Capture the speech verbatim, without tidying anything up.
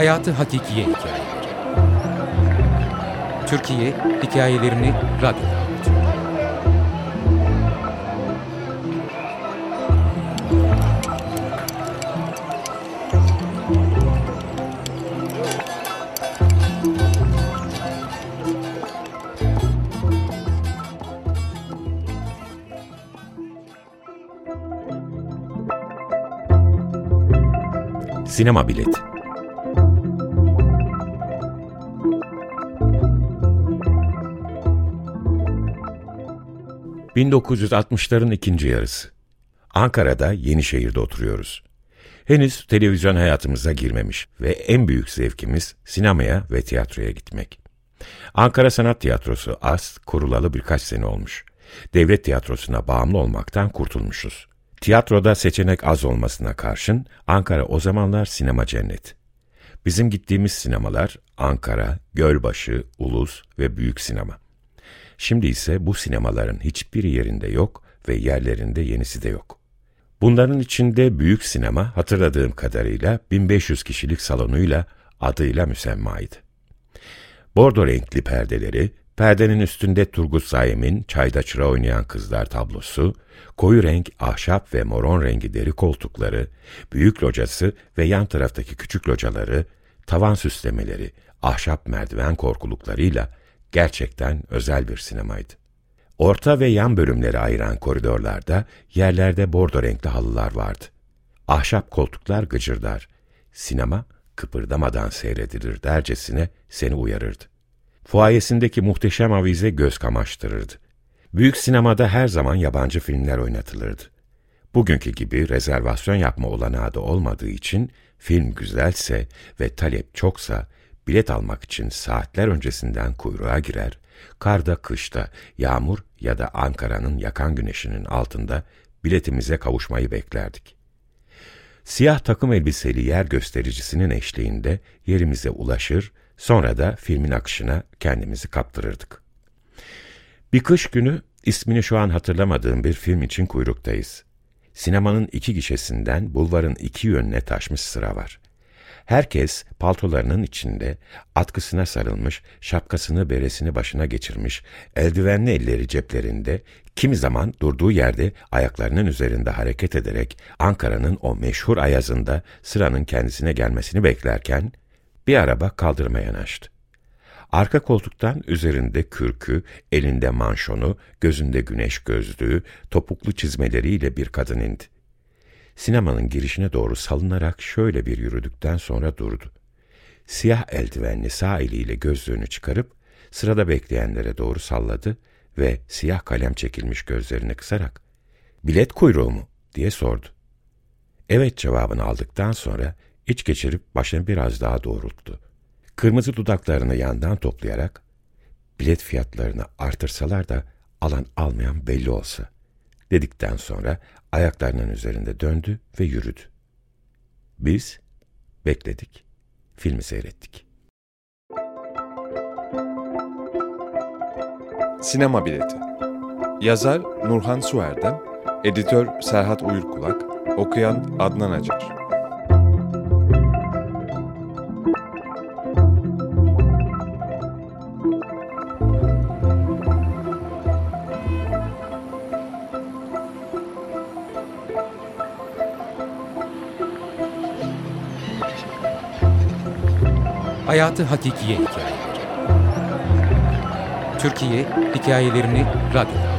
Hayatı hakikiye hikayeleri. Türkiye hikayelerini radyoda anlatıyor. Sinema bileti. bin dokuz yüz altmışların ikinci yarısı. Ankara'da Yenişehir'de oturuyoruz. Henüz televizyon hayatımıza girmemiş ve en büyük zevkimiz sinemaya ve tiyatroya gitmek. Ankara Sanat Tiyatrosu A S kurulalı birkaç sene olmuş. Devlet tiyatrosuna bağımlı olmaktan kurtulmuşuz. Tiyatroda seçenek az olmasına karşın Ankara o zamanlar sinema cenneti. Bizim gittiğimiz sinemalar Ankara, Gölbaşı, Ulus ve Büyük Sinema. Şimdi ise bu sinemaların hiçbir yerinde yok ve yerlerinde yenisi de yok. Bunların içinde Büyük Sinema hatırladığım kadarıyla bin beş yüz kişilik salonuyla adıyla müsemmaydı. Bordo renkli perdeleri, perdenin üstünde Turgut Saim'in Çayda Çıra Oynayan Kızlar tablosu, koyu renk ahşap ve moron rengi deri koltukları, büyük locası ve yan taraftaki küçük locaları, tavan süslemeleri, ahşap merdiven korkuluklarıyla gerçekten özel bir sinemaydı. Orta ve yan bölümleri ayıran koridorlarda yerlerde bordo renkli halılar vardı. Ahşap koltuklar gıcırdar. Sinema kıpırdamadan seyredilir dercesine seni uyarırdı. Fuayesindeki muhteşem avize göz kamaştırırdı. Büyük sinemada her zaman yabancı filmler oynatılırdı. Bugünkü gibi rezervasyon yapma olanağı da olmadığı için film güzelse ve talep çoksa bilet almak için saatler öncesinden kuyruğa girer, karda, kışta, yağmur ya da Ankara'nın yakan güneşinin altında biletimize kavuşmayı beklerdik. Siyah takım elbiseli yer göstericisinin eşliğinde yerimize ulaşır, sonra da filmin akışına kendimizi kaptırırdık. Bir kış günü ismini şu an hatırlamadığım bir film için kuyruktayız. Sinemanın iki gişesinden bulvarın iki yönüne taşmış sıra var. Herkes paltolarının içinde, atkısına sarılmış, şapkasını beresini başına geçirmiş, eldivenli elleri ceplerinde, kimi zaman durduğu yerde ayaklarının üzerinde hareket ederek Ankara'nın o meşhur ayazında sıranın kendisine gelmesini beklerken bir araba kaldırıma yanaştı. Arka koltuktan üzerinde kürkü, elinde manşonu, gözünde güneş gözlüğü, topuklu çizmeleriyle bir kadın indi. Sinemanın girişine doğru salınarak şöyle bir yürüdükten sonra durdu. Siyah eldivenli sağ eliyle gözlüğünü çıkarıp sırada bekleyenlere doğru salladı ve siyah kalem çekilmiş gözlerini kısarak "Bilet kuyruğu mu?" diye sordu. Evet cevabını aldıktan sonra iç geçirip başını biraz daha doğrulttu. Kırmızı dudaklarını yandan toplayarak "Bilet fiyatlarını artırsalar da alan almayan belli olsa" dedikten sonra ayaklarının üzerinde döndü ve yürüdü. Biz bekledik, filmi seyrettik. Sinema bileti. Yazar Nurhan Suerdem, editör Serhat Uyurkulak, okuyan Adnan Acar. Hayatı hakikiye hikayeleri. Türkiye hikayelerini radyoda